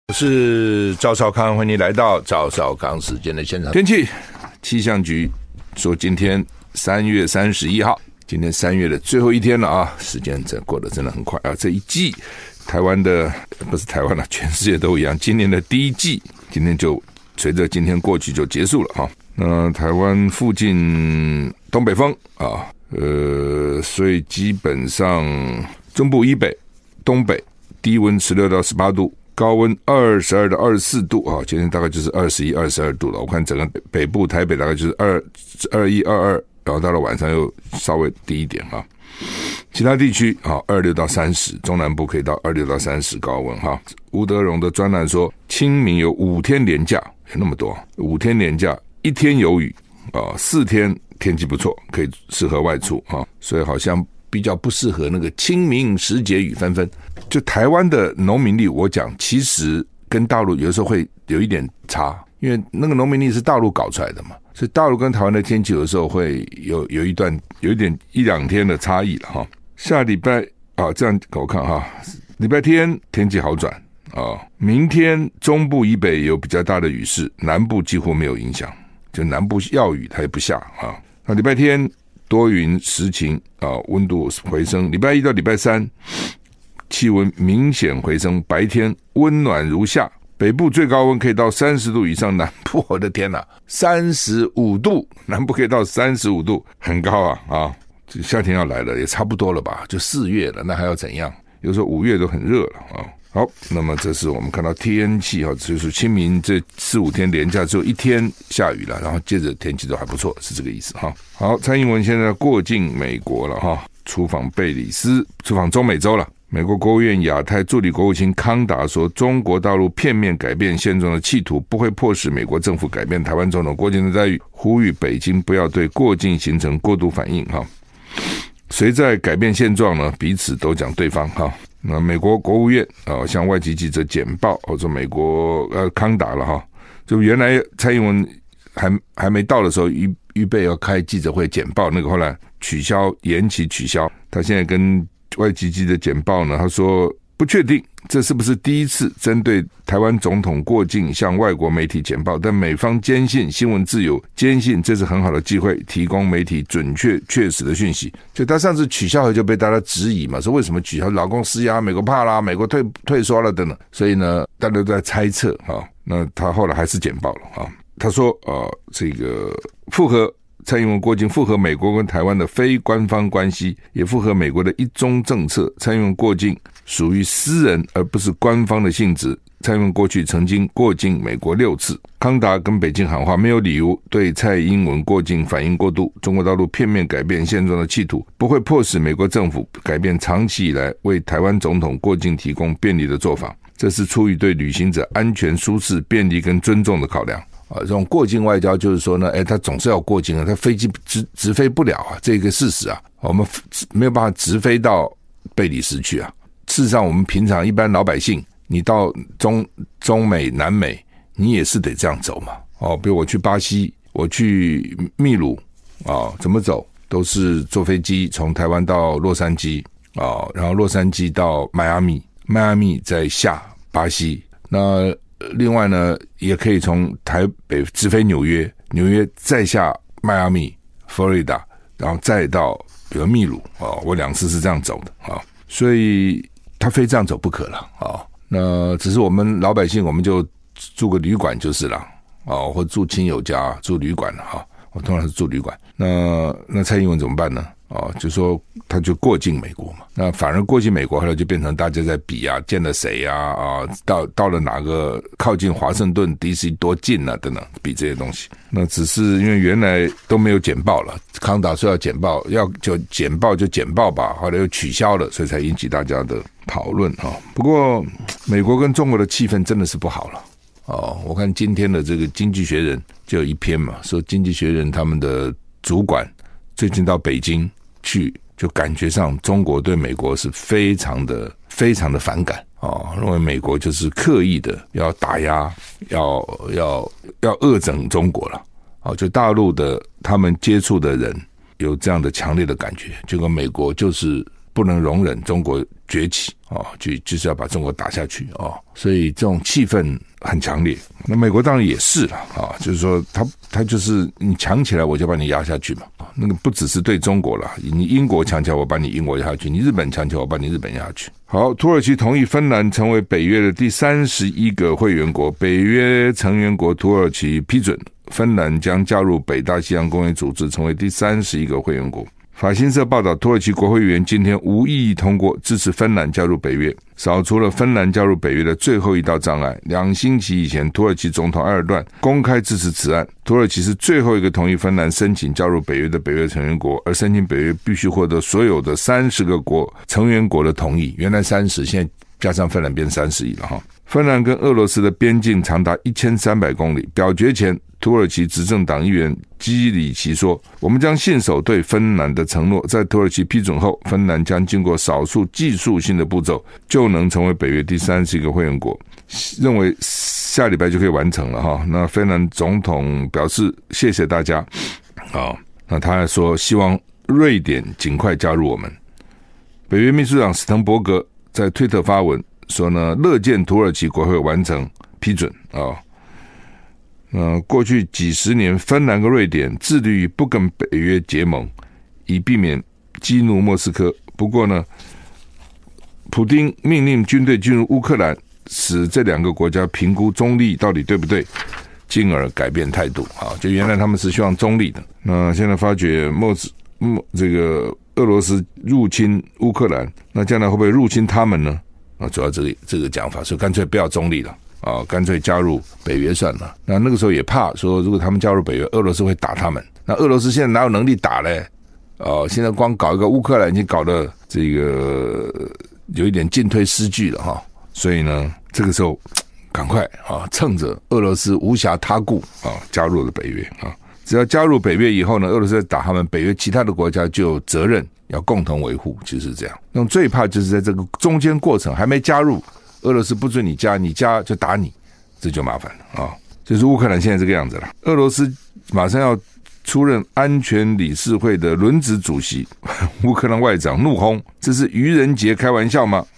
我是赵少康，欢迎你来到赵少康时间的现场。天气气象局说今天3月31号，今天3月的最后一天了啊，时间过得真的很快啊。这一季台湾的不是台湾了，全世界都一样，今年的第一季今天就随着今天过去就结束了哈。那台湾附近东北风啊，所以基本上中部以北、东北低温16到18度。高温22到24度啊，今天大概就是21、22度了。我看整个北部台北大概就是21、22，然后到了晚上又稍微低一点啊。其他地区啊26到30，中南部可以到26到30高温哈。吴德荣的专栏说，清明有5天连假，有那么多，5天连假，1天有雨啊，4天天气不错，可以适合外出啊，所以好像比较不适合那个清明时节雨纷纷。就台湾的农民历，我讲其实跟大陆有的时候会有一点差，因为那个农民历是大陆搞出来的嘛，所以大陆跟台湾的天气有的时候会有一点1-2天的差异了哈。下礼拜啊，这样我看哈，礼拜天天气好转啊，明天中部以北有比较大的雨势，南部几乎没有影响，就南部要雨它也不下啊。那礼拜天多云时晴啊，温度回升。礼拜一到礼拜三气温明显回升，白天温暖如夏，北部最高温可以到30度以上，南部我的天哪，35度，南部可以到35度，很高啊！夏天要来了，也差不多了吧，就4月了，那还要怎样？有时候5月都很热了啊。好，那么这是我们看到天气哈，就是清明这4-5天连假只有1天下雨了，然后接着天气都还不错，是这个意思哈。好，蔡英文现在过境美国了哈，出访贝里斯，出访中美洲了。美国国务院亚太助理国务卿康达说，中国大陆片面改变现状的企图不会迫使美国政府改变台湾总统过境的待遇，呼吁北京不要对过境形成过度反应哈。谁在改变现状呢？彼此都讲对方哈。那美国国务院向外籍记者简报，或者美国康达了哈，就原来蔡英文还没到的时候预备要开记者会简报，那个后来延期取消。他现在跟外籍记者简报呢，他说不确定这是不是第一次针对台湾总统过境向外国媒体简报，但美方坚信新闻自由，坚信这是很好的机会，提供媒体准确确实的讯息。就他上次取消后就被大家质疑嘛，说为什么取消？老公施压，美国怕啦，美国退缩了等等，所以呢，大家都在猜测啊。那他后来还是简报了啊。他说这个符合蔡英文过境，符合美国跟台湾的非官方关系，也符合美国的一中政策。蔡英文过境属于私人而不是官方的性质。蔡英文过去曾经过境美国6次。康达跟北京喊话，没有理由对蔡英文过境反应过度。中国大陆片面改变现状的企图不会迫使美国政府改变长期以来为台湾总统过境提供便利的做法，这是出于对旅行者安全、舒适、便利跟尊重的考量。这种过境外交就是说呢，他总是要过境啊，他飞机直飞不了啊，这个事实啊，我们没有办法直飞到贝里斯去啊。事实上，我们平常一般老百姓，你到中美、南美，你也是得这样走嘛。比如我去巴西，我去秘鲁怎么走？都是坐飞机从台湾到洛杉矶然后洛杉矶到迈阿密，迈阿密再下巴西。那另外呢，也可以从台北直飞纽约，纽约再下迈阿密、佛罗里达，然后再到比如秘鲁我2次是这样走的所以他非这样走不可了那只是我们老百姓，我们就住个旅馆就是了或住亲友家住旅馆了我通常是住旅馆。那蔡英文怎么办呢？就说他就过境美国嘛，那反而过境美国后来就变成大家在比见了谁到了哪个靠近华盛顿 DC 多近等等，比这些东西。那只是因为原来都没有简报了，康达说要简报，就简报吧，后来又取消了，所以才引起大家的讨论不过美国跟中国的气氛真的是不好了我看今天的这个经济学人就有一篇嘛，说经济学人他们的主管最近到北京去，就感觉上中国对美国是非常的反感认为美国就是刻意的要打压，要恶整中国了就大陆的他们接触的人有这样的强烈的感觉，结果美国就是不能容忍中国崛起就是要把中国打下去所以这种气氛很强烈。那美国当然也是了就是说他就是你强起来我就把你压下去嘛。那个不只是对中国了，你英国强起来我把你英国压下去，你日本强起来我把你日本压下去。好，土耳其同意芬兰成为北约的第31个会员国，北约成员国土耳其批准芬兰将加入北大西洋公约组织，成为第31个会员国。法新社报道，土耳其国会议员今天无异议通过支持芬兰加入北约，扫除了芬兰加入北约的最后一道障碍。2星期以前，土耳其总统埃尔段公开支持此案。土耳其是最后一个同意芬兰申请加入北约的北约成员国，而申请北约必须获得所有的30个国成员国的同意。原来30，现在加上芬兰变31了哈。芬兰跟俄罗斯的边境长达1300公里。表决前，土耳其执政党议员基里奇说，我们将信守对芬兰的承诺，在土耳其批准后，芬兰将经过少数技术性的步骤就能成为北约第31个会员国，认为下礼拜就可以完成了哈。那芬兰总统表示谢谢大家那他还说希望瑞典尽快加入我们。北约秘书长史滕伯格在推特发文说呢，乐见土耳其国会完成批准过去几十年，芬兰跟瑞典致力于不跟北约结盟，以避免激怒莫斯科。不过呢，普丁命令军队进入乌克兰，使这2个国家评估中立到底对不对，进而改变态度就原来他们是希望中立的，那现在发觉这个俄罗斯入侵乌克兰，那将来会不会入侵他们呢？主要这个讲法，所以干脆不要中立了干脆加入北约算了。那个时候也怕说，如果他们加入北约，俄罗斯会打他们。那俄罗斯现在哪有能力打嘞？现在光搞一个乌克兰已经搞得这个有一点进退失据了所以呢，这个时候赶快趁着俄罗斯无暇他顾加入了北约只要加入北约以后呢，俄罗斯打他们，北约其他的国家就有责任要共同维护，就是这样。那最怕就是在这个中间过程还没加入，俄罗斯不准你加，你加就打你，这就麻烦了就是乌克兰现在这个样子了。俄罗斯马上要出任安全理事会的轮值主席，乌克兰外长怒轰，这是愚人节开玩笑吗？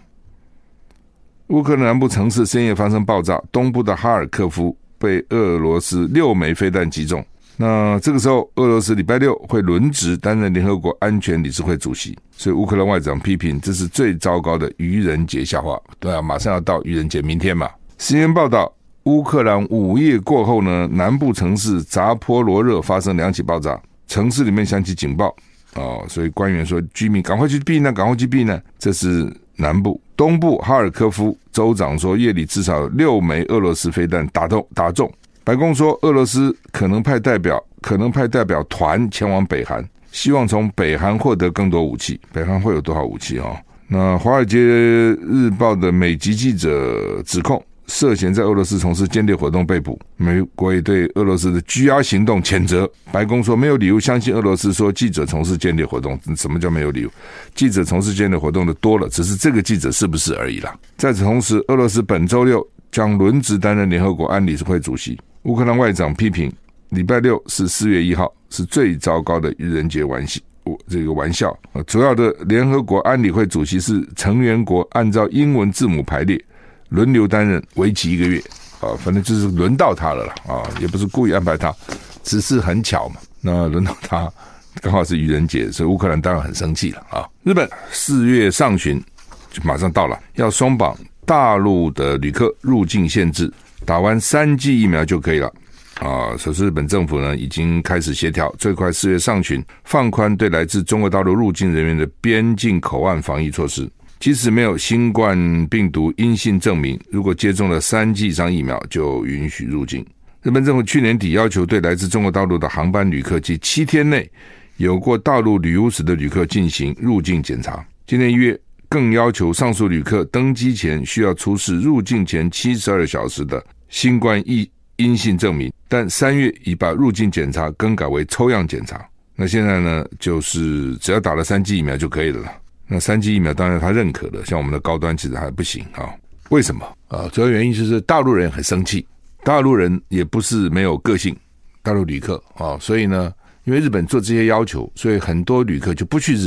乌克兰南部城市深夜发生爆炸，东部的哈尔科夫被俄罗斯6枚飞弹击中。那这个时候，俄罗斯礼拜6会轮值担任联合国安全理事会主席，所以乌克兰外长批评这是最糟糕的愚人节笑话。对啊，马上要到愚人节，明天嘛。CNN报道，乌克兰午夜过后呢，南部城市扎波罗热发生2起爆炸，城市里面响起警报所以官员说居民赶快去避难，赶快去避难。这是南部。东部哈尔科夫州长说，夜里至少有6枚俄罗斯飞弹打中。白宫说，俄罗斯可能派代表团前往北韩，希望从北韩获得更多武器。北韩会有多少武器那华尔街日报的美籍记者指控涉嫌在俄罗斯从事间谍活动被捕，美国也对俄罗斯的拘押行动谴责。白宫说没有理由相信俄罗斯说记者从事间谍活动。什么叫没有理由？记者从事间谍活动的多了，只是这个记者是不是而已啦。在此同时，俄罗斯本周6将轮值担任联合国安理事会主席。乌克兰外长批评礼拜6是4月1号是最糟糕的愚人节玩笑。主要的联合国安理会主席是成员国按照英文字母排列，轮流担任，为期1个月反正就是轮到他了啦也不是故意安排他，只是很巧嘛。那轮到他刚好是愚人节，所以乌克兰当然很生气了日本4月上旬就马上到了，要松绑大陆的旅客入境限制，打完3剂疫苗就可以了所以日本政府呢已经开始协调，最快4月上旬放宽对来自中国大陆入境人员的边境口岸防疫措施。即使没有新冠病毒阴性证明，如果接种了3剂以上疫苗就允许入境。日本政府去年底要求对来自中国大陆的航班旅客及7天内有过大陆旅游史的旅客进行入境检查。今年1月更要求上述旅客登机前需要出示入境前72小时的新冠阴性证明，但3月已把入境检查更改为抽样检查。那现在呢，就是只要打了3剂疫苗就可以了啦。那3剂疫苗当然他认可的，像我们的高端其实还不行为什么主要原因就是大陆人很生气，大陆人也不是没有个性，大陆旅客所以呢，因为日本做这些要求，所以很多旅客就不去日本。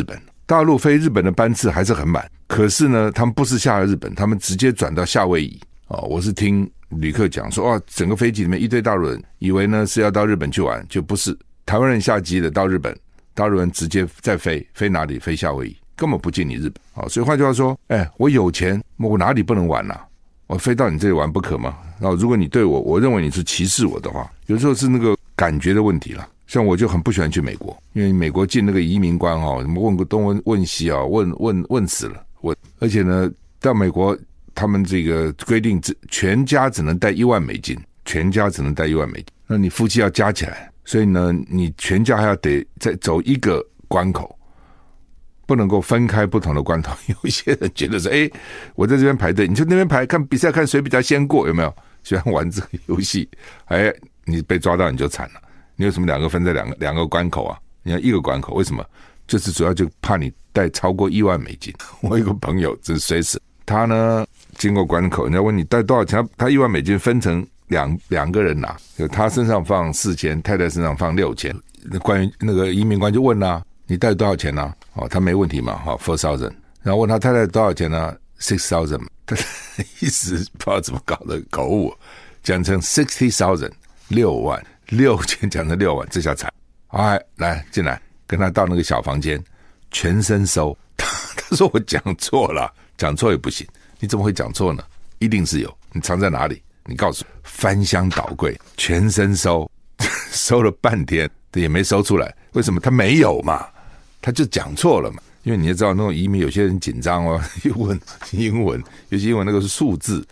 大陆飞日本的班次还是很满，可是呢，他们不是下了日本，他们直接转到夏威夷。我是听旅客讲说，整个飞机里面一堆大陆人，以为呢是要到日本去玩，就不是。台湾人下机的到日本，大陆人直接再飞哪里？飞夏威夷，根本不进你日本。所以换句话说，我有钱，我哪里不能玩啊？我飞到你这里玩不可吗？然后如果你对我认为你是歧视我的话，有时候是那个感觉的问题了。像我就很不喜欢去美国，因为美国进那个移民官问个东问西问死了我。而且呢，到美国他们这个规定，全家只能带$10,000，全家只能带$10,000。那你夫妻要加起来，所以呢，你全家还要得再走一个关口，不能够分开不同的关口。有一些人觉得说，我在这边排队，你去那边排，看比赛看谁比较先过，有没有？喜欢玩这个游戏，你被抓到你就惨了。你为什么两个分在两个关口啊？你要一个关口，为什么？就是主要就怕你带超过$10,000。我有一个朋友真是衰死，他呢经过关口，人家问你带多少钱，他$10,000分成两个人拿，就他身上放4,000，太太身上放6,000。关于那个移民官就问啦，你带多少钱呢？他没问题嘛，4,000。然后问他太太多少钱呢？6,000。他一时不知道怎么搞的口误，讲成60,000，6讲成6万，这下惨。来进来，跟他到那个小房间，全身收。他说我讲错了，讲错也不行，你怎么会讲错呢？一定是有，你藏在哪里？你告诉我。翻箱倒柜，全身收，收了半天也没收出来。为什么？他没有嘛，他就讲错了嘛。因为你也知道那种移民有些人紧张一问英文，尤其英文那个是数字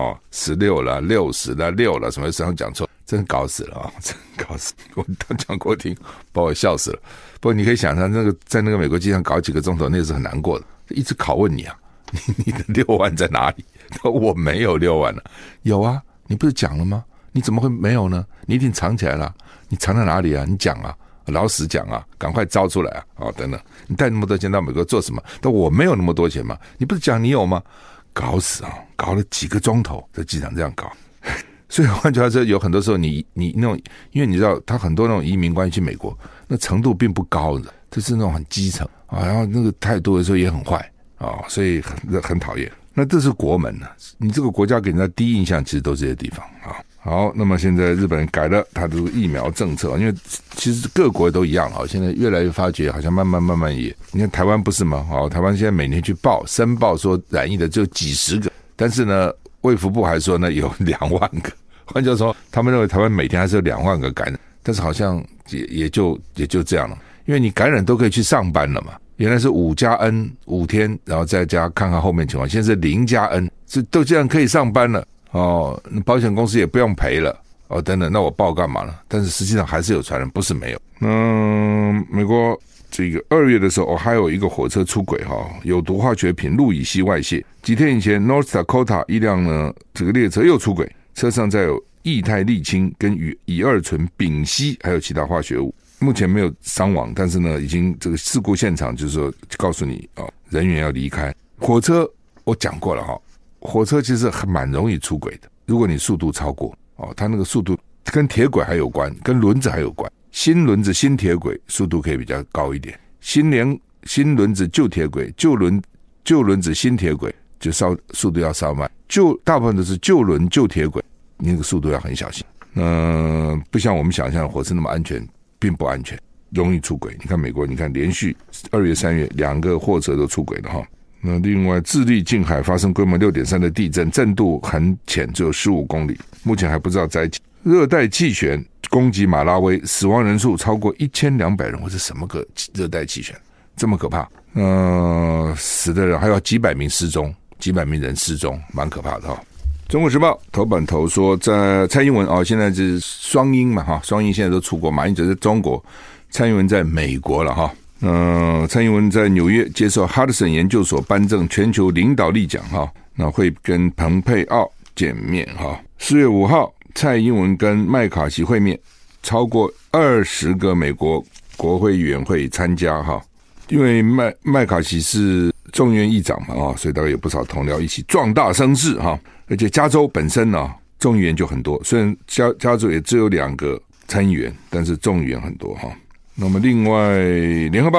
16了60了6了，什么时候讲错，真搞死了真搞死！我当讲过听，把我笑死了。不过你可以想象，在那个美国机场搞几个钟头，那是很难过的，一直拷问你啊，你的6万在哪里？我没有6万了。有啊，你不是讲了吗？你怎么会没有呢？你一定藏起来了，你藏在哪里啊？你讲啊，老实讲啊，赶快招出来啊！等等，你带那么多钱到美国做什么？但我没有那么多钱嘛，你不是讲你有吗？搞死啊！搞了几个钟头在机场这样搞。所以换句话说，有很多时候你那种，因为你知道他很多那种移民关系去美国，那程度并不高的，就是那种很基层然后那个态度的时候也很坏所以很讨厌。那这是国门你这个国家给人家第一印象其实都是这些地方好，那么现在日本改了他的疫苗政策，因为其实各国都一样现在越来越发觉好像慢慢也，你看台湾不是吗？台湾现在每年去申报说染疫的只有几十个，但是呢卫福部还说呢有2万个，换句话说他们认为台湾每天还是有2万个感染，但是好像也就这样了，因为你感染都可以去上班了嘛。原来是5+N 5天，然后再加看看后面情况，现在是0+N， 这都这样可以上班了保险公司也不用赔了等等，那我报干嘛呢？但是实际上还是有传染，不是没有。美国这个2月的时候还有一个火车出轨有毒化学品路乙烯外泄。几天以前 North Dakota 一辆呢这个列车又出轨，车上载有液态沥青跟乙二醇丙烯还有其他化学物，目前没有伤亡，但是呢已经这个事故现场就是说告诉你人员要离开。火车我讲过了火车其实蛮容易出轨的，如果你速度超过它那个速度跟铁轨还有关，跟轮子还有关。新轮子新铁轨速度可以比较高一点，新轮子旧铁轨，旧轮子新铁轨就速度要稍慢，大部分都是旧轮旧铁轨，那个速度要很小心。不像我们想象的火车那么安全，并不安全，容易出轨。你看美国，你看连续2月3月2个货车都出轨了那另外智利近海发生规模 6.3 的地震，震度很浅，只有15公里，目前还不知道灾情。热带气旋攻击马拉维，死亡人数超过1200人，或是什么个热带气旋这么可怕？死的人还有几百名人失踪，蛮可怕的中国时报头版头说，在蔡英文现在是双英嘛双英现在都出国，马英九在中国，蔡英文在美国了蔡英文在纽约接受哈德森研究所颁赠全球领导力奖那会跟蓬佩奥见面4月5号蔡英文跟麦卡锡会面，超过20个美国国会议员会参加因为麦卡锡是众议院议长嘛所以大概有不少同僚一起壮大声势而且加州本身众议员就很多，虽然加州也只有2个参议员，但是众议员很多那么另外联合报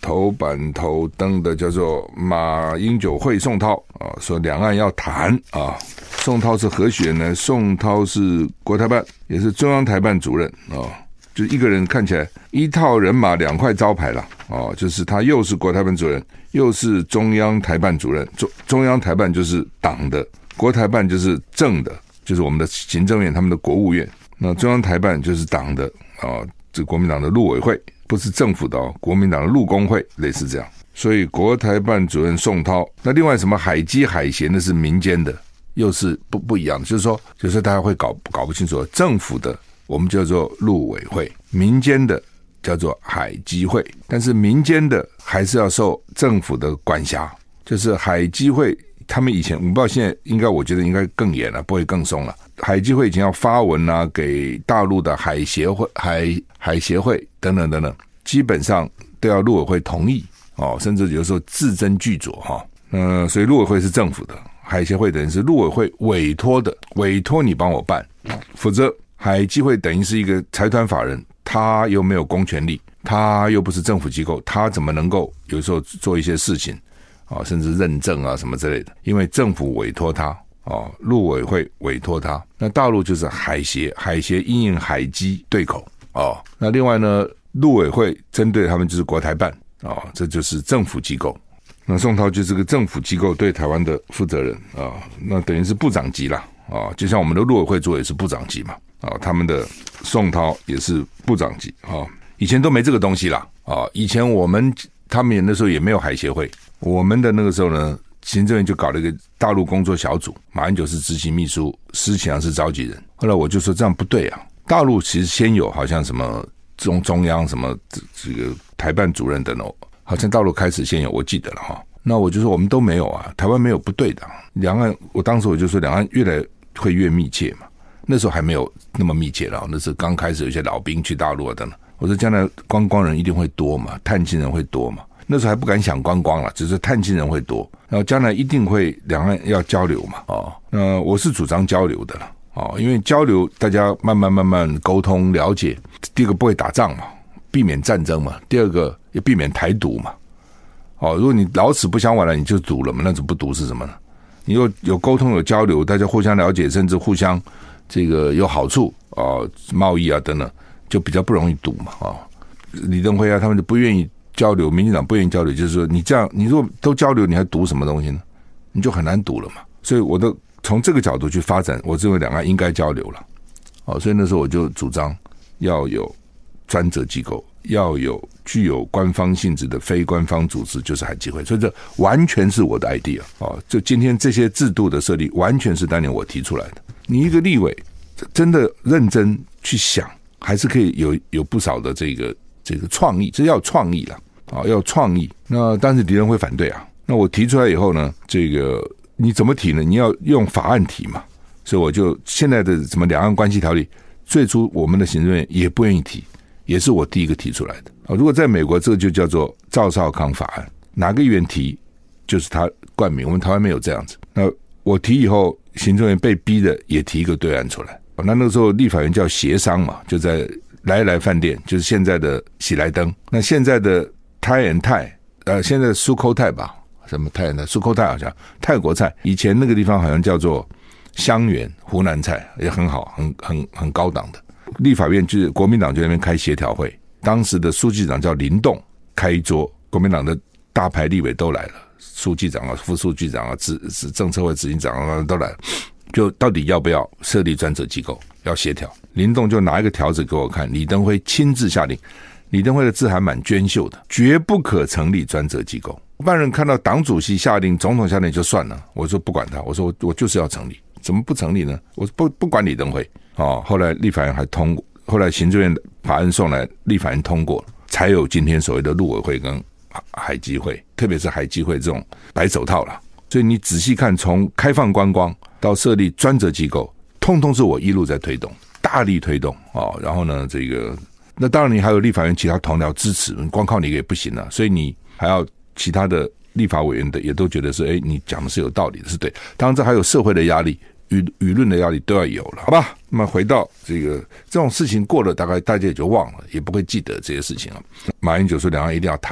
头版头登的叫做马英九会宋涛说两岸要谈宋涛是何许人呢？宋涛是国台办，也是中央台办主任就一个人看起来一套人马两块招牌了就是他又是国台办主任，又是中央台办主任。中央台办就是党的，国台办就是政的，就是我们的行政院，他们的国务院。那中央台办就是党的这国民党的陆委会，不是政府的国民党的陆工会，类似这样。所以国台办主任宋涛，那另外什么海基海协那是民间的，又是不一样的。就是说大家会搞不清楚，政府的我们叫做陆委会，民间的叫做海基会，但是民间的还是要受政府的管辖。就是海基会他们以前我不知道，现在我觉得应该更严了，不会更松了。海基会以前要发文给大陆的海协会、海协会等等等等，基本上都要陆委会同意甚至有时候字斟句酌所以陆委会是政府的，海协会等于是陆委会委托的，委托你帮我办，否则海基会等于是一个财团法人，他又没有公权力，他又不是政府机构，他怎么能够有时候做一些事情甚至认证什么之类的？因为政府委托他陆委会委托他。那大陆就是海协因应海基对口那另外呢，陆委会针对他们就是国台办这就是政府机构。那宋涛就是个政府机构对台湾的负责人那等于是部长级啦就像我们的陆委会做也是部长级嘛他们的宋涛也是部长级以前都没这个东西啦以前他们那时候也没有海协会，我们的那个时候呢，行政院就搞了一个大陆工作小组，马英九是执行秘书，施启阳是召集人。后来我就说这样不对大陆其实先有好像什么中央什么这个台办主任等好像大陆开始先有，我记得了那我就说我们都没有台湾没有不对的。两岸当时我就说两岸越来会越密切嘛，那时候还没有那么密切了，那时候刚开始有些老兵去大陆等等。我说将来观光人一定会多嘛，探亲人会多嘛，那时候还不敢想观光了，只是探亲人会多，然后将来一定会两岸要交流嘛那我是主张交流的了因为交流大家慢慢沟通了解，第一个不会打仗嘛，避免战争嘛，第二个也避免台独嘛如果你老死不相往来你就独了嘛，那种不独是什么呢？你有沟通有交流，大家互相了解，甚至互相这个有好处贸易等等，就比较不容易赌嘛李登辉他们就不愿意交流，民进党不愿意交流，就是说你这样，你如果都交流，你还赌什么东西呢？你就很难赌了嘛。所以我都从这个角度去发展，我认为两岸应该交流了所以那时候我就主张要有专责机构，要有具有官方性质的非官方组织，就是海基会。所以这完全是我的 idea 就今天这些制度的设立完全是当年我提出来的。你一个立委真的认真去想，还是可以有不少的这个创意，这要创意啦要创意。那但是敌人会反对那我提出来以后呢，这个你怎么提呢？你要用法案提嘛。所以我就现在的什么两岸关系条例，最初我们的行政院也不愿意提，也是我第一个提出来的如果在美国，这个就叫做赵少康法案，哪个议员提就是他冠名，我们台湾没有这样子。那我提以后，行政院被逼的也提一个对案出来。那个时候立法院叫协商嘛，就在来饭店，就是现在的喜来登，那现在的泰and泰现在的苏扣泰吧，什么泰and泰，苏扣泰好像泰国菜，以前那个地方好像叫做香园湖南菜，也很好，很高档的。立法院就是国民党就在那边开协调会，当时的书记长叫林栋，开一桌，国民党的大牌立委都来了，书记长副书记长政策会执行长都来了，就到底要不要设立专责机构，要协调。林栋就拿一个条子给我看，李登辉亲自下令，李登辉的字还蛮娟秀的，绝不可成立专责机构。一般人看到党主席下令，总统下令就算了，我说不管他，我说我就是要成立，怎么不成立呢？我不管李登辉后来立法院还通过，后来行政院法案送来，立法院通过，才有今天所谓的陆委会跟海基会，特别是海基会这种白手套了。所以你仔细看，从开放观光到设立专责机构，通通是我一路在推动，大力推动然后呢，这个那当然你还有立法院其他同僚支持，光靠你也不行了，所以你还要其他的立法委员的也都觉得是你讲的是有道理的，是对。当然这还有社会的压力，舆论的压力都要有了，好吧？那么回到这种事情过了，大概大家也就忘了，也不会记得这些事情了。马英九说两岸一定要谈，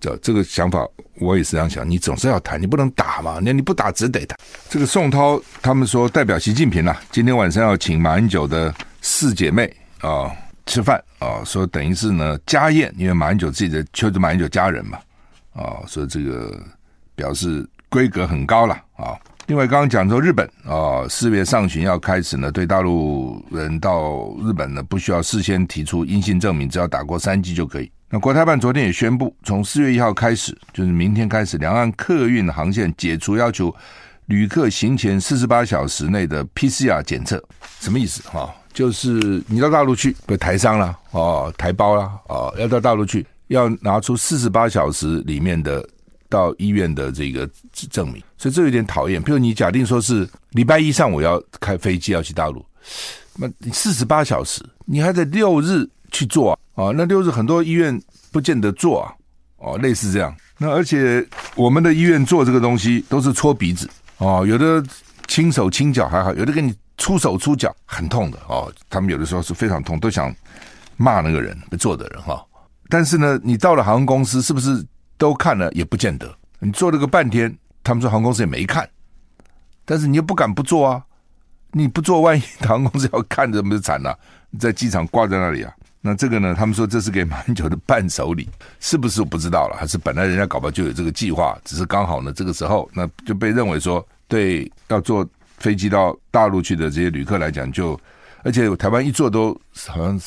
这个想法我也是这样想，你总是要谈，你不能打嘛，你不打只得谈。这个宋涛他们说代表习近平啊，今天晚上要请马英九的4姐妹啊吃饭啊，说等于是呢家宴，因为马英九自己的就是马英九家人嘛啊，所以这个表示规格很高了啊。另外刚刚讲说日本啊，4月上旬要开始呢，对大陆人到日本呢不需要事先提出阴性证明，只要打过3剂就可以。那国台办昨天也宣布，从4月1号开始，就是明天开始，两岸客运航线解除要求旅客行前48小时内的 PCR 检测。什么意思哈？就是你到大陆去，不台商啦台胞啦要到大陆去，要拿出48小时里面的到医院的这个证明，所以这有点讨厌。譬如你假定说是礼拜一上午要开飞机要去大陆，那48小时，你还得6日去做啊，那6日很多医院不见得做啊，类似这样。那而且我们的医院做这个东西都是搓鼻子有的轻手轻脚还好，有的给你出手出脚很痛的他们有的时候是非常痛，都想骂那个人做的人但是呢，你到了航空公司是不是都看了也不见得，你做了个半天，他们说航空公司也没看，但是你又不敢不做啊，你不做万一航空公司要看着不是惨了，你在机场挂在那里啊。那这个呢，他们说这是给马英九的伴手礼，是不是我不知道了，还是本来人家搞不好就有这个计划，只是刚好呢这个时候那就被认为说对要坐飞机到大陆去的这些旅客来讲，就而且台湾一坐都好像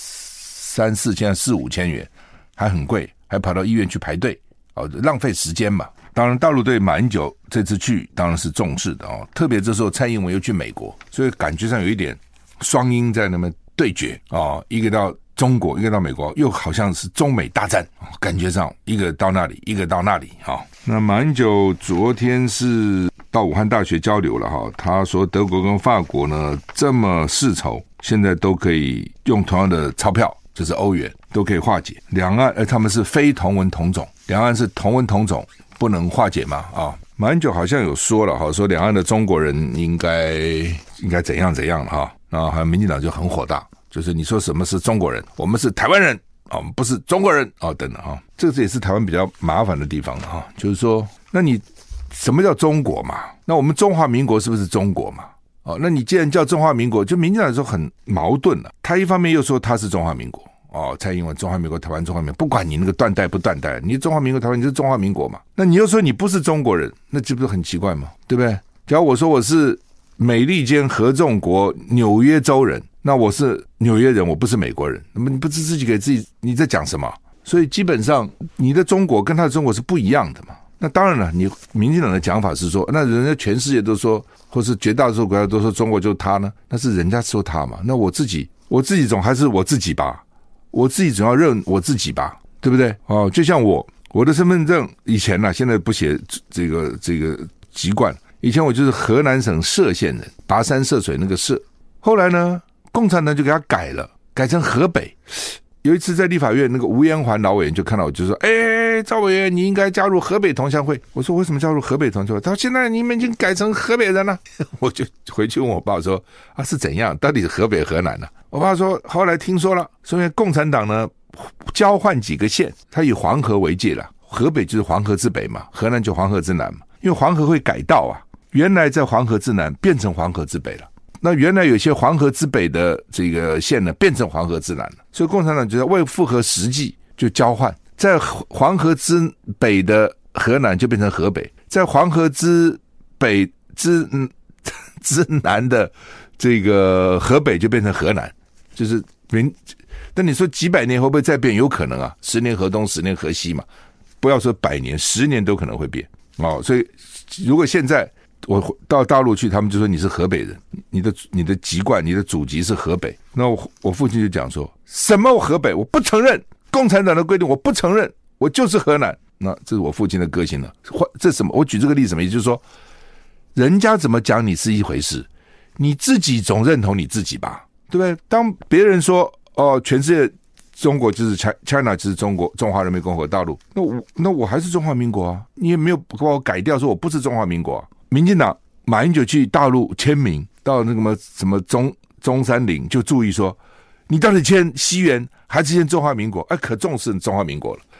3、4千、4、5千元，还很贵，还跑到医院去排队浪费时间嘛。当然大陆对马英九这次去当然是重视的特别这时候蔡英文又去美国，所以感觉上有一点双鹰在那么对决一个到中国，一个到美国，又好像是中美大战，感觉上一个到那里，一个到那里那马英九昨天是到武汉大学交流了他说德国跟法国呢这么世仇，现在都可以用同样的钞票，就是欧元，都可以化解。两岸他们是非同文同种，两岸是同文同种，不能化解嘛马英九好像有说了说两岸的中国人应该怎样怎样了那还有民进党就很火大，就是你说什么是中国人，我们是台湾人我们不是中国人等等这个也是台湾比较麻烦的地方就是说那你什么叫中国嘛？那我们中华民国是不是中国嘛？那你既然叫中华民国，就民进党说很矛盾了。他一方面又说他是中华民国蔡英文中华民国台湾中华民国，不管你那个断代不断代，你中华民国台湾你是中华民国嘛？那你又说你不是中国人，那这不是很奇怪吗？对不对？假如我说我是美利坚合众国纽约州人，那我是纽约人，我不是美国人，那么你不是自己给自己，你在讲什么？所以基本上你的中国跟他的中国是不一样的嘛。那当然了，你民进党的讲法是说，那人家全世界都说，或是绝大多数国家都说中国就是他呢，那是人家说他嘛。那我自己总还是我自己吧，我自己总要认我自己吧，对不对？就像我的身份证以前现在不写这个籍贯，以前我就是河南省歙县人，跋山涉水那个歙，后来呢，共产党就给他改了，改成河北。有一次在立法院，那个吴延环老委员就看到我，就说：“赵委员，你应该加入河北同乡会。”我说：“为什么加入河北同乡会？”他说：“现在你们已经改成河北人了。”我就回去问我爸说：“是怎样？到底是河北河南呢？”我爸说：“后来听说了，所以共产党呢交换几个县，他以黄河为界了，河北就是黄河之北嘛，河南就黄河之南嘛，因为黄河会改道原来在黄河之南变成黄河之北了。那原来有些黄河之北的这个县呢，变成黄河之南了，所以共产党觉得为符合实际就交换，在黄河之北的河南就变成河北，在黄河之北之南的这个河北就变成河南，就是但你说几百年会不会再变？有可能10年河东10年河西嘛，不要说100年，10年都可能会变所以如果现在我到大陆去，他们就说你是河北人，你的籍贯你的祖籍是河北。那我父亲就讲说，什么河北我不承认，共产党的规定我不承认，我就是河南。那这是我父亲的个性了。这什么？我举这个例子什么意思？就是说人家怎么讲你是一回事，你自己总认同你自己吧，对不对？当别人说全世界中国就是 China 就是中华人民共和国大陆，那我还是中华民国你也没有把我改掉说我不是中华民国民进党马英九去大陆签名，到那个什么中山陵就注意说，你到底签西元还是签中华民国？可重视中华民国了。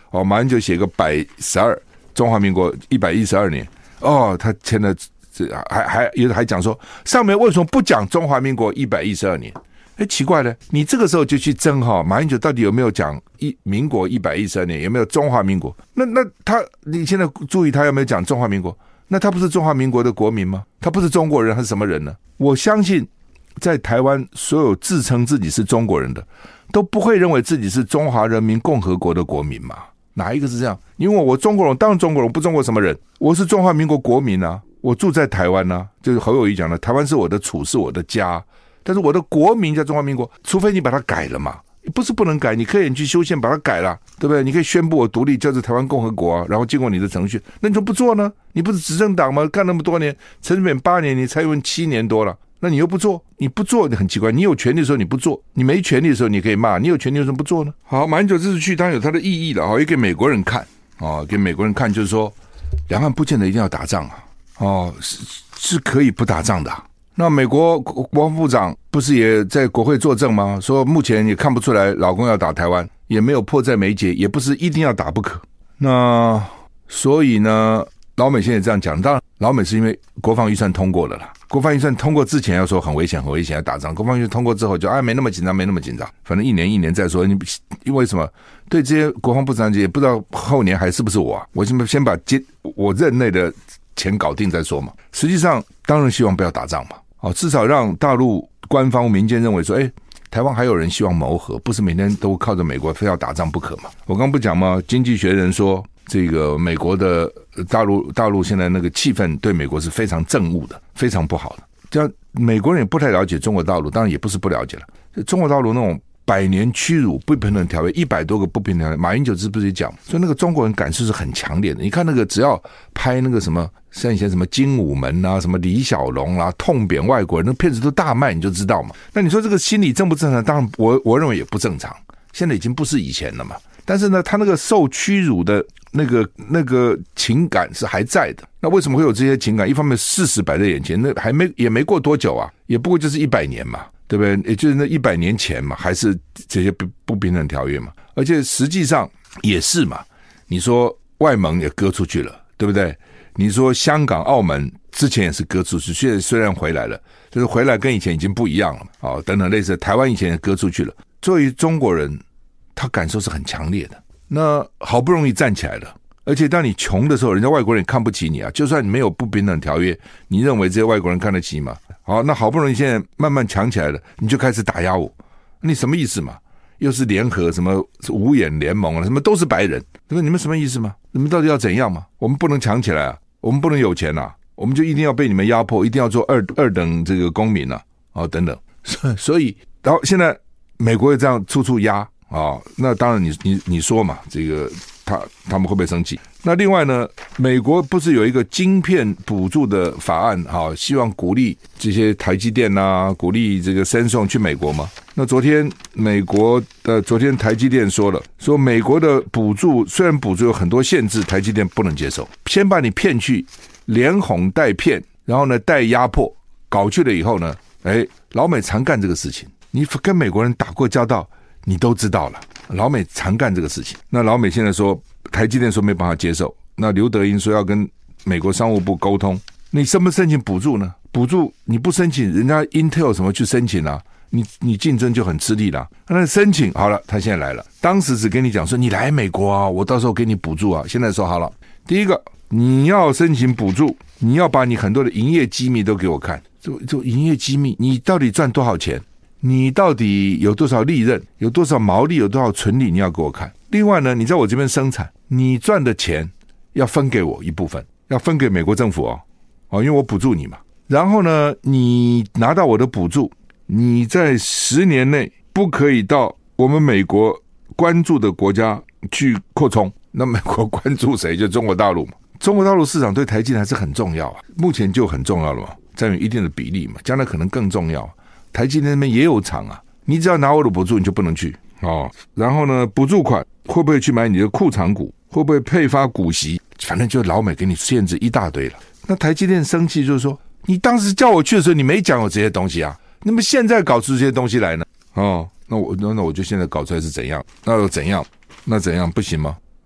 马英九写个112，中华民国112年，他签了，还讲说上面为什么不讲中华民国112年？奇怪了，你这个时候就去争马英九到底有没有讲民国112年，有没有中华民国？那你现在注意他有没有讲中华民国？那他不是中华民国的国民吗？他不是中国人，他是什么人呢？我相信在台湾所有自称自己是中国人的都不会认为自己是中华人民共和国的国民嘛？哪一个是这样？因为我中国人，当然中国人，不中国什么人？我是中华民国国民啊，我住在台湾啊，就是侯友宜讲的，台湾是我的处，是我的家，但是我的国民叫中华民国，除非你把它改了嘛。不是不能改，你可以去修宪把它改了，对不对？你可以宣布我独立，叫做台湾共和国啊，然后经过你的程序，那你就不做呢？你不是执政党吗？干那么多年，陈水扁8年，你蔡英文7年多了，那你又不做，你不做很奇怪。你有权利的时候你不做，你没权利的时候你可以骂，你有权利为什么不做呢？好，马英九这次去当然有它的意义了，也给美国人看给美国人看，就是说两岸不见得一定要打仗是可以不打仗的。那美国国防部长不是也在国会作证吗？说目前也看不出来老公要打台湾，也没有迫在眉睫，也不是一定要打不可。那所以呢，老美现在这样讲，当然老美是因为国防预算通过了啦，国防预算通过之前要说很危险很危险要打仗，国防预算通过之后就没那么紧张没那么紧张，反正一年再说。你因为什么？对这些国防部长也不知道后年还是不是我我先把我任内的钱搞定再说嘛。实际上当然希望不要打仗嘛。至少让大陆官方民间认为说，台湾还有人希望谋和，不是每天都靠着美国非要打仗不可嘛。我刚不讲吗？经济学人说这个美国的大陆现在那个气氛对美国是非常憎恶的，非常不好的。这样美国人也不太了解中国大陆，当然也不是不了解了。中国大陆那种100年屈辱不平等条约，100多个不平等条约，马英九是不是讲？所以那个中国人感受是很强烈的。你看那个只要拍那个什么，像以前什么精武门啊，什么李小龙啊，痛扁外国人，那片子都大卖，你就知道嘛。那你说这个心理正不正常？当然我认为也不正常。现在已经不是以前了嘛。但是呢，他那个受屈辱的那个情感是还在的。那为什么会有这些情感？一方面事实摆在眼前，那也没过多久啊，也不过就是100年嘛。对不对？也就是那100年前嘛，还是这些不平等条约嘛，而且实际上也是嘛。你说外蒙也割出去了，对不对？你说香港、澳门之前也是割出去，现在虽然回来了，就是回来跟以前已经不一样了等等类似的。台湾以前也割出去了。作为中国人，他感受是很强烈的。那好不容易站起来了，而且当你穷的时候，人家外国人也看不起你啊。就算你没有不平等条约，你认为这些外国人看得起吗？好，那好不容易现在慢慢强起来了，你就开始打压我，你什么意思嘛？又是联合什么五眼联盟啊，什么都是白人，你们什么意思嘛？你们到底要怎样嘛？我们不能强起来啊，我们不能有钱啊，我们就一定要被你们压迫，一定要做二等这个公民啊，等等。所以，然后现在美国也这样处压那当然你说嘛，这个他们会不会生气？那另外呢，美国不是有一个晶片补助的法案希望鼓励这些台积电鼓励这个Samsung去美国吗？那昨天台积电说美国的补助虽然补助有很多限制，台积电不能接受，先把你骗去，连哄带骗，然后呢带压迫，搞去了以后呢，老美常干这个事情，你跟美国人打过交道，你都知道了，老美常干这个事情。那老美现在说，台积电说没办法接受，那刘德英说要跟美国商务部沟通，你申不申请补助呢？补助你不申请，人家 Intel 什么去申请啊？你竞争就很吃力了。那申请好了，他现在来了，当时只跟你讲说你来美国啊，我到时候给你补助啊。现在说好了，第一个你要申请补助，你要把你很多的营业机密都给我看，就营业机密，你到底赚多少钱？你到底有多少利润，有多少毛利，有多少纯利，你要给我看。另外呢，你在我这边生产，你赚的钱要分给我一部分，要分给美国政府因为我补助你嘛。然后呢，你拿到我的补助，你在10年内不可以到我们美国关注的国家去扩充。那美国关注谁？就中国大陆嘛。中国大陆市场对台积电还是很重要目前就很重要了嘛，占有一定的比例嘛，将来可能更重要。台积电那边也有厂你只要拿我的补助，你就不能去然后呢，补助款会不会去买你的库藏股？会不会配发股息？反正就老美给你限制一大堆了。那台积电生气就是说，你当时叫我去的时候，你没讲有这些东西那么现在搞出这些东西来呢？那我就现在搞出来是怎样？那又怎样？那怎样不行吗？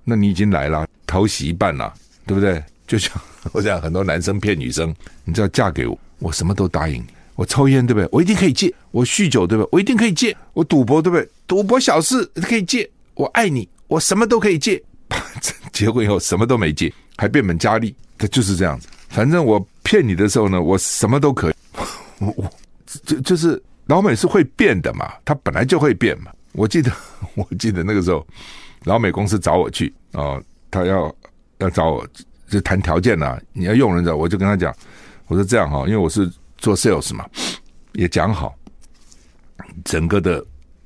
那你已经来了，头洗一半了，对不对？就像我讲，很多男生骗女生，你只要嫁给我，我什么都答应你。我抽烟对不对？我一定可以戒。我酗酒对不对？我一定可以戒。我赌博对不对？赌博小事可以戒。我爱你，我什么都可以戒。结婚以后什么都没戒，还变本加厉，这就是这样子。反正我骗你的时候呢，我什么都可以。就是老美是会变的嘛，他本来就会变嘛。我记得那个时候，老美公司找我去他要找我就谈条件啊，你要用人的，我就跟他讲，我说这样因为我是做 sales 嘛，也讲好整个的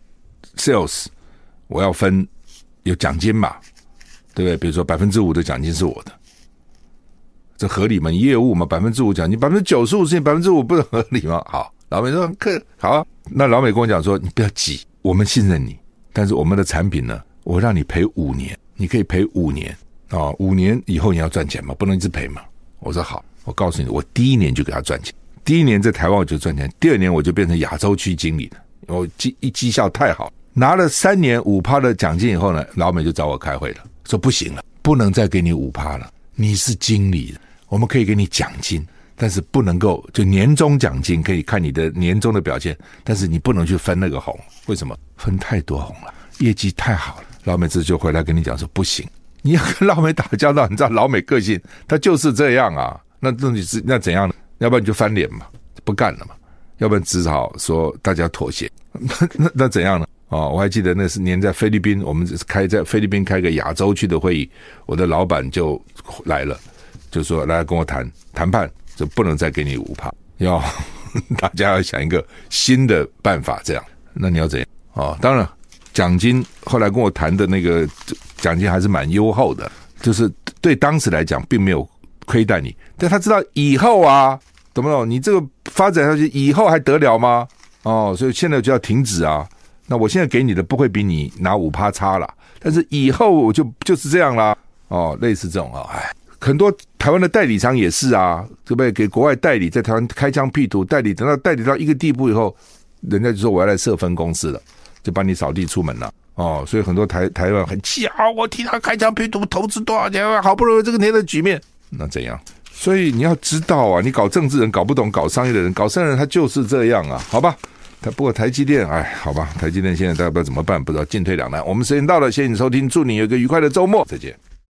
sales 我要分有奖金嘛，对不对？比如说 5% 的奖金是我的，这合理吗？业务嘛 5% 奖金 95% 事情 5% 不是合理吗？好，老美说好啊。那老美跟我讲说，你不要急，我们信任你，但是我们的产品呢，我让你赔5年，你可以赔5年5年以后你要赚钱嘛，不能一直赔嘛。我说好，我告诉你，我第1年就给他赚钱，第1年在台湾我就赚钱，第2年我就变成亚洲区经理了，我绩效太好，拿了3年 5% 的奖金以后呢，老美就找我开会了，说不行了，不能再给你 5% 了，你是经理，我们可以给你奖金，但是不能够就年终奖金可以看你的年终的表现，但是你不能去分那个红，为什么？分太多红了，业绩太好了。老美这就回来跟你讲说不行，你要跟老美打交道，你知道老美个性他就是这样啊，那怎样呢？要不然你就翻脸嘛，不干了嘛，要不然只好说大家妥协。那怎样呢？我还记得那是年在菲律宾，我们在菲律宾开个亚洲区的会议，我的老板就来了，就说来跟我谈判，就不能再给你 5%， 要大家要想一个新的办法，这样。那你要怎样当然奖金后来跟我谈的那个奖金还是蛮优厚的，就是对当时来讲并没有亏待你，但他知道以后懂不懂？你这个发展下去以后还得了吗？所以现在就要停止啊。那我现在给你的不会比你拿 5% 差啦，但是以后我就是这样啦。类似这种很多台湾的代理商也是对不对？给国外代理在台湾开疆辟土代理，等到代理到一个地步以后，人家就说我要来设分公司了，就帮你扫地出门了。所以很多台湾很气我替他开疆辟土投资多少钱，好不容易这个年的局面，那怎样？所以你要知道你搞政治人搞不懂搞商业的人，搞商业人他就是这样好吧？不过台积电好吧，台积电现在大家不知道怎么办，不知道进退两难。我们时间到了，谢谢你收听，祝你有一个愉快的周末，再见。